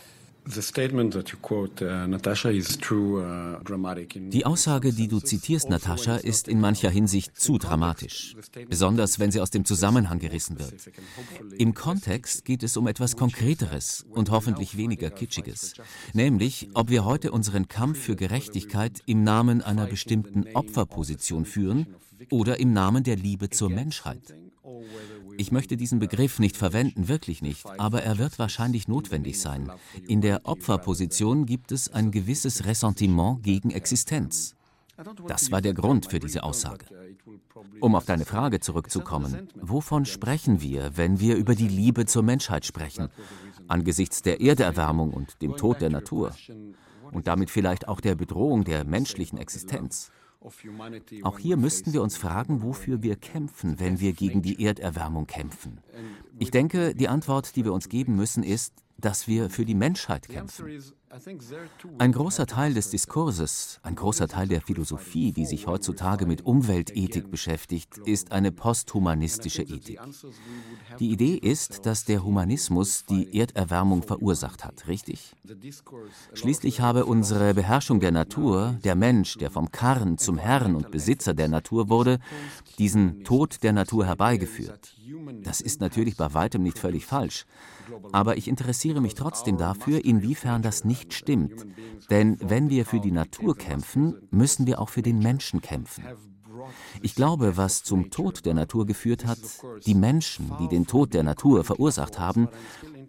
Die Aussage, die du zitierst, Natascha, ist in mancher Hinsicht zu dramatisch, besonders wenn sie aus dem Zusammenhang gerissen wird. Im Kontext geht es um etwas Konkreteres und hoffentlich weniger Kitschiges, nämlich ob wir heute unseren Kampf für Gerechtigkeit im Namen einer bestimmten Opferposition führen oder im Namen der Liebe zur Menschheit. Ich möchte diesen Begriff nicht verwenden, wirklich nicht, aber er wird wahrscheinlich notwendig sein. In der Opferposition gibt es ein gewisses Ressentiment gegen Existenz. Das war der Grund für diese Aussage. Um auf deine Frage zurückzukommen, wovon sprechen wir, wenn wir über die Liebe zur Menschheit sprechen, angesichts der Erderwärmung und dem Tod der Natur und damit vielleicht auch der Bedrohung der menschlichen Existenz? Auch hier müssten wir uns fragen, wofür wir kämpfen, wenn wir gegen die Erderwärmung kämpfen. Ich denke, die Antwort, die wir uns geben müssen, ist, dass wir für die Menschheit kämpfen. Ein großer Teil des Diskurses, ein großer Teil der Philosophie, die sich heutzutage mit Umweltethik beschäftigt, ist eine posthumanistische Ethik. Die Idee ist, dass der Humanismus die Erderwärmung verursacht hat, richtig? Schließlich habe unsere Beherrschung der Natur, der Mensch, der vom Karren zum Herrn und Besitzer der Natur wurde, diesen Tod der Natur herbeigeführt. Das ist natürlich bei weitem nicht völlig falsch. Aber ich interessiere mich trotzdem dafür, inwiefern das nicht stimmt. Denn wenn wir für die Natur kämpfen, müssen wir auch für den Menschen kämpfen. Ich glaube, was zum Tod der Natur geführt hat, die Menschen, die den Tod der Natur verursacht haben,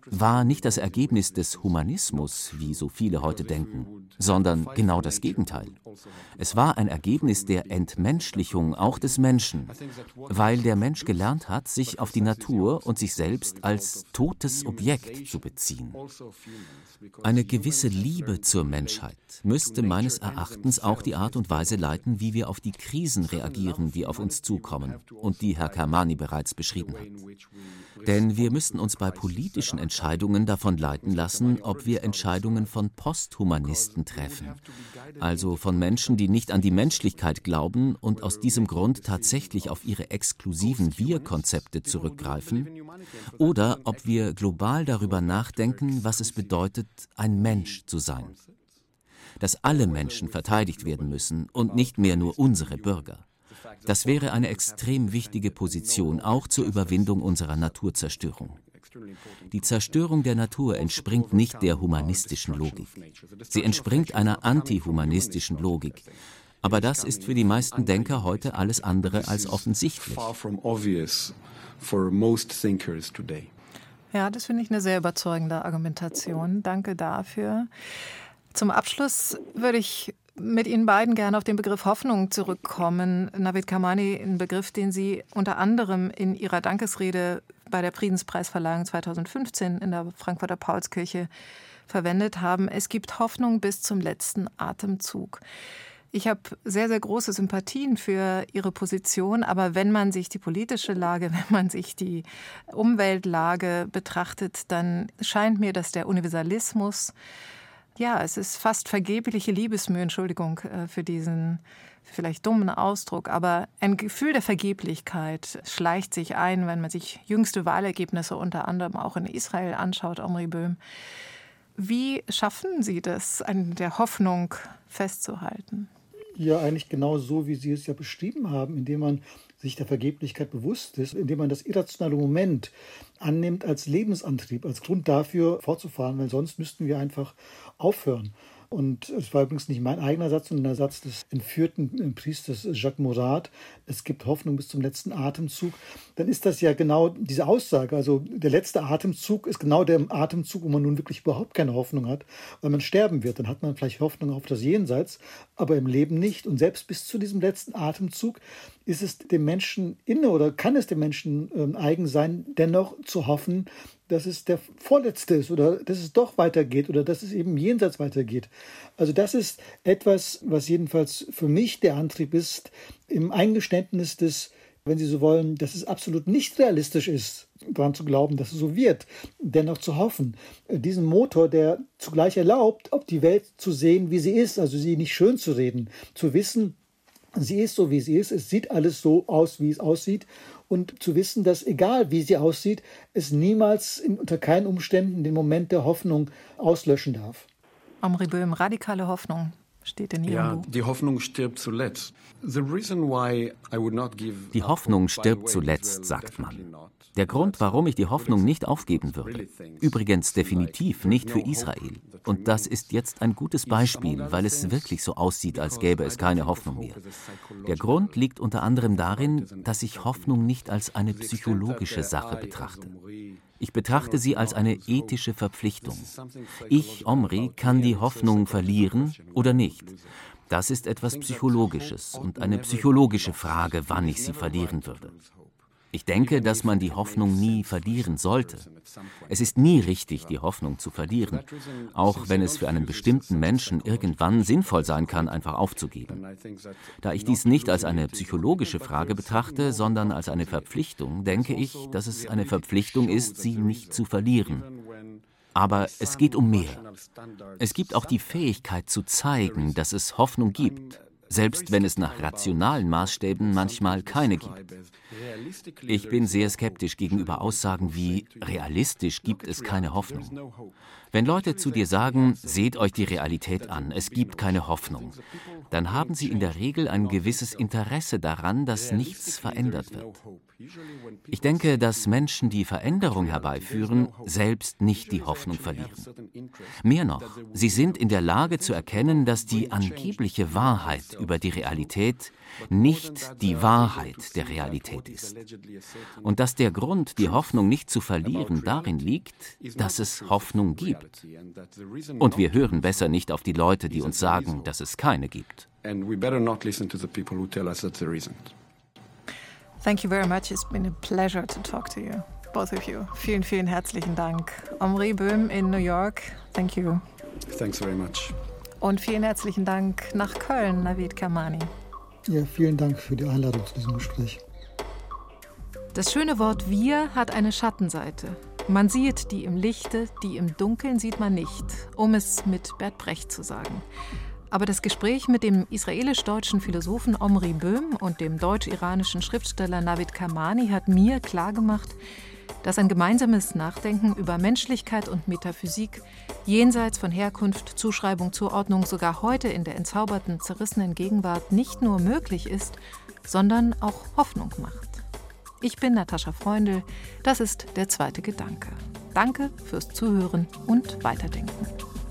war nicht das Ergebnis des Humanismus, wie so viele heute denken, sondern genau das Gegenteil. Es war ein Ergebnis der Entmenschlichung auch des Menschen, weil der Mensch gelernt hat, sich auf die Natur und sich selbst als totes Objekt zu beziehen. Eine gewisse Liebe zur Menschheit müsste meines Erachtens auch die Art und Weise leiten, wie wir auf die Krisen reagieren, die auf uns zukommen und die Herr Kermani bereits beschrieben hat. Denn wir müssten uns bei politischen Entscheidungen davon leiten lassen, ob wir Entscheidungen von Posthumanisten treffen, also von Menschen, die nicht an die Menschlichkeit glauben und aus diesem Grund tatsächlich auf ihre exklusiven Wir-Konzepte zurückgreifen, oder ob wir global darüber nachdenken, was es bedeutet, ein Mensch zu sein. Dass alle Menschen verteidigt werden müssen und nicht mehr nur unsere Bürger. Das wäre eine extrem wichtige Position, auch zur Überwindung unserer Naturzerstörung. Die Zerstörung der Natur entspringt nicht der humanistischen Logik. Sie entspringt einer antihumanistischen Logik. Aber das ist für die meisten Denker heute alles andere als offensichtlich. Ja, das finde ich eine sehr überzeugende Argumentation. Danke dafür. Zum Abschluss würde ich mit Ihnen beiden gerne auf den Begriff Hoffnung zurückkommen. Navid Kermani, ein Begriff, den Sie unter anderem in Ihrer Dankesrede bei der Friedenspreisverleihung zweitausendfünfzehn in der Frankfurter Paulskirche verwendet haben. Es gibt Hoffnung bis zum letzten Atemzug. Ich habe sehr, sehr große Sympathien für Ihre Position, aber wenn man sich die politische Lage, wenn man sich die Umweltlage betrachtet, dann scheint mir, dass der Universalismus, ja, es ist fast vergebliche Liebesmühe, Entschuldigung für diesen vielleicht dummen Ausdruck, aber ein Gefühl der Vergeblichkeit schleicht sich ein, wenn man sich jüngste Wahlergebnisse unter anderem auch in Israel anschaut, Omri Böhm. Wie schaffen Sie das, an der Hoffnung festzuhalten? Ja, eigentlich genau so, wie Sie es ja beschrieben haben, indem man sich der Vergeblichkeit bewusst ist, indem man das irrationale Moment annimmt als Lebensantrieb, als Grund dafür fortzufahren, weil sonst müssten wir einfach aufhören. Und es war übrigens nicht mein eigener Satz, sondern der Satz des entführten Priesters Jacques Morat. Es gibt Hoffnung bis zum letzten Atemzug. Dann ist das ja genau diese Aussage. Also der letzte Atemzug ist genau der Atemzug, wo man nun wirklich überhaupt keine Hoffnung hat, weil man sterben wird. Dann hat man vielleicht Hoffnung auf das Jenseits, aber im Leben nicht. Und selbst bis zu diesem letzten Atemzug ist es dem Menschen inne oder kann es dem Menschen äh, eigen sein, dennoch zu hoffen, dass es der vorletzte ist oder dass es doch weitergeht oder dass es eben jenseits weitergeht. Also das ist etwas, was jedenfalls für mich der Antrieb ist, im Eingeständnis des, wenn Sie so wollen, dass es absolut nicht realistisch ist, daran zu glauben, dass es so wird, dennoch zu hoffen. Diesen Motor, der zugleich erlaubt, ob die Welt zu sehen, wie sie ist, also sie nicht schön zu reden, zu wissen, sie ist so, wie sie ist, es sieht alles so aus, wie es aussieht. Und zu wissen, dass egal wie sie aussieht, es niemals in, unter keinen Umständen den Moment der Hoffnung auslöschen darf. Omri Böhm, radikale Hoffnung steht in Ihrem Ja, Buch. die Hoffnung stirbt zuletzt. The reason why I would not give Die Hoffnung stirbt zuletzt, sagt man. Der Grund, warum ich die Hoffnung nicht aufgeben würde. Übrigens definitiv nicht für Israel. Und das ist jetzt ein gutes Beispiel, weil es wirklich so aussieht, als gäbe es keine Hoffnung mehr. Der Grund liegt unter anderem darin, dass ich Hoffnung nicht als eine psychologische Sache betrachte. Ich betrachte sie als eine ethische Verpflichtung. Ich, Omri, kann die Hoffnung verlieren oder nicht. Das ist etwas Psychologisches und eine psychologische Frage, wann ich sie verlieren würde. Ich denke, dass man die Hoffnung nie verlieren sollte. Es ist nie richtig, die Hoffnung zu verlieren, auch wenn es für einen bestimmten Menschen irgendwann sinnvoll sein kann, einfach aufzugeben. Da ich dies nicht als eine psychologische Frage betrachte, sondern als eine Verpflichtung, denke ich, dass es eine Verpflichtung ist, sie nicht zu verlieren. Aber es geht um mehr. Es gibt auch die Fähigkeit zu zeigen, dass es Hoffnung gibt, selbst wenn es nach rationalen Maßstäben manchmal keine gibt. Ich bin sehr skeptisch gegenüber Aussagen wie realistisch gibt es keine Hoffnung. Wenn Leute zu dir sagen, seht euch die Realität an, es gibt keine Hoffnung, dann haben sie in der Regel ein gewisses Interesse daran, dass nichts verändert wird. Ich denke, dass Menschen, die Veränderung herbeiführen, selbst nicht die Hoffnung verlieren. Mehr noch, sie sind in der Lage zu erkennen, dass die angebliche Wahrheit über die Realität nicht die Wahrheit der Realität ist. Und dass der Grund, die Hoffnung nicht zu verlieren, darin liegt, dass es Hoffnung gibt. Und wir hören besser nicht auf die Leute, die uns sagen, dass es keine gibt. And we better not listen to the people who tell us that there isn't. Thank you very much. It's been a pleasure to talk to you, both of you. Vielen, vielen herzlichen Dank. Omri Böhm in New York, thank you. Thanks very much. Und vielen herzlichen Dank nach Köln, Navid Kermani. Ja, vielen Dank für die Einladung zu diesem Gespräch. Das schöne Wort wir hat eine Schattenseite. Man sieht die im Lichte, die im Dunkeln sieht man nicht, um es mit Bert Brecht zu sagen. Aber das Gespräch mit dem israelisch-deutschen Philosophen Omri Böhm und dem deutsch-iranischen Schriftsteller Navid Kermani hat mir klargemacht, dass ein gemeinsames Nachdenken über Menschlichkeit und Metaphysik jenseits von Herkunft, Zuschreibung, Zuordnung sogar heute in der entzauberten, zerrissenen Gegenwart nicht nur möglich ist, sondern auch Hoffnung macht. Ich bin Natascha Freundl, das ist der zweite Gedanke. Danke fürs Zuhören und Weiterdenken.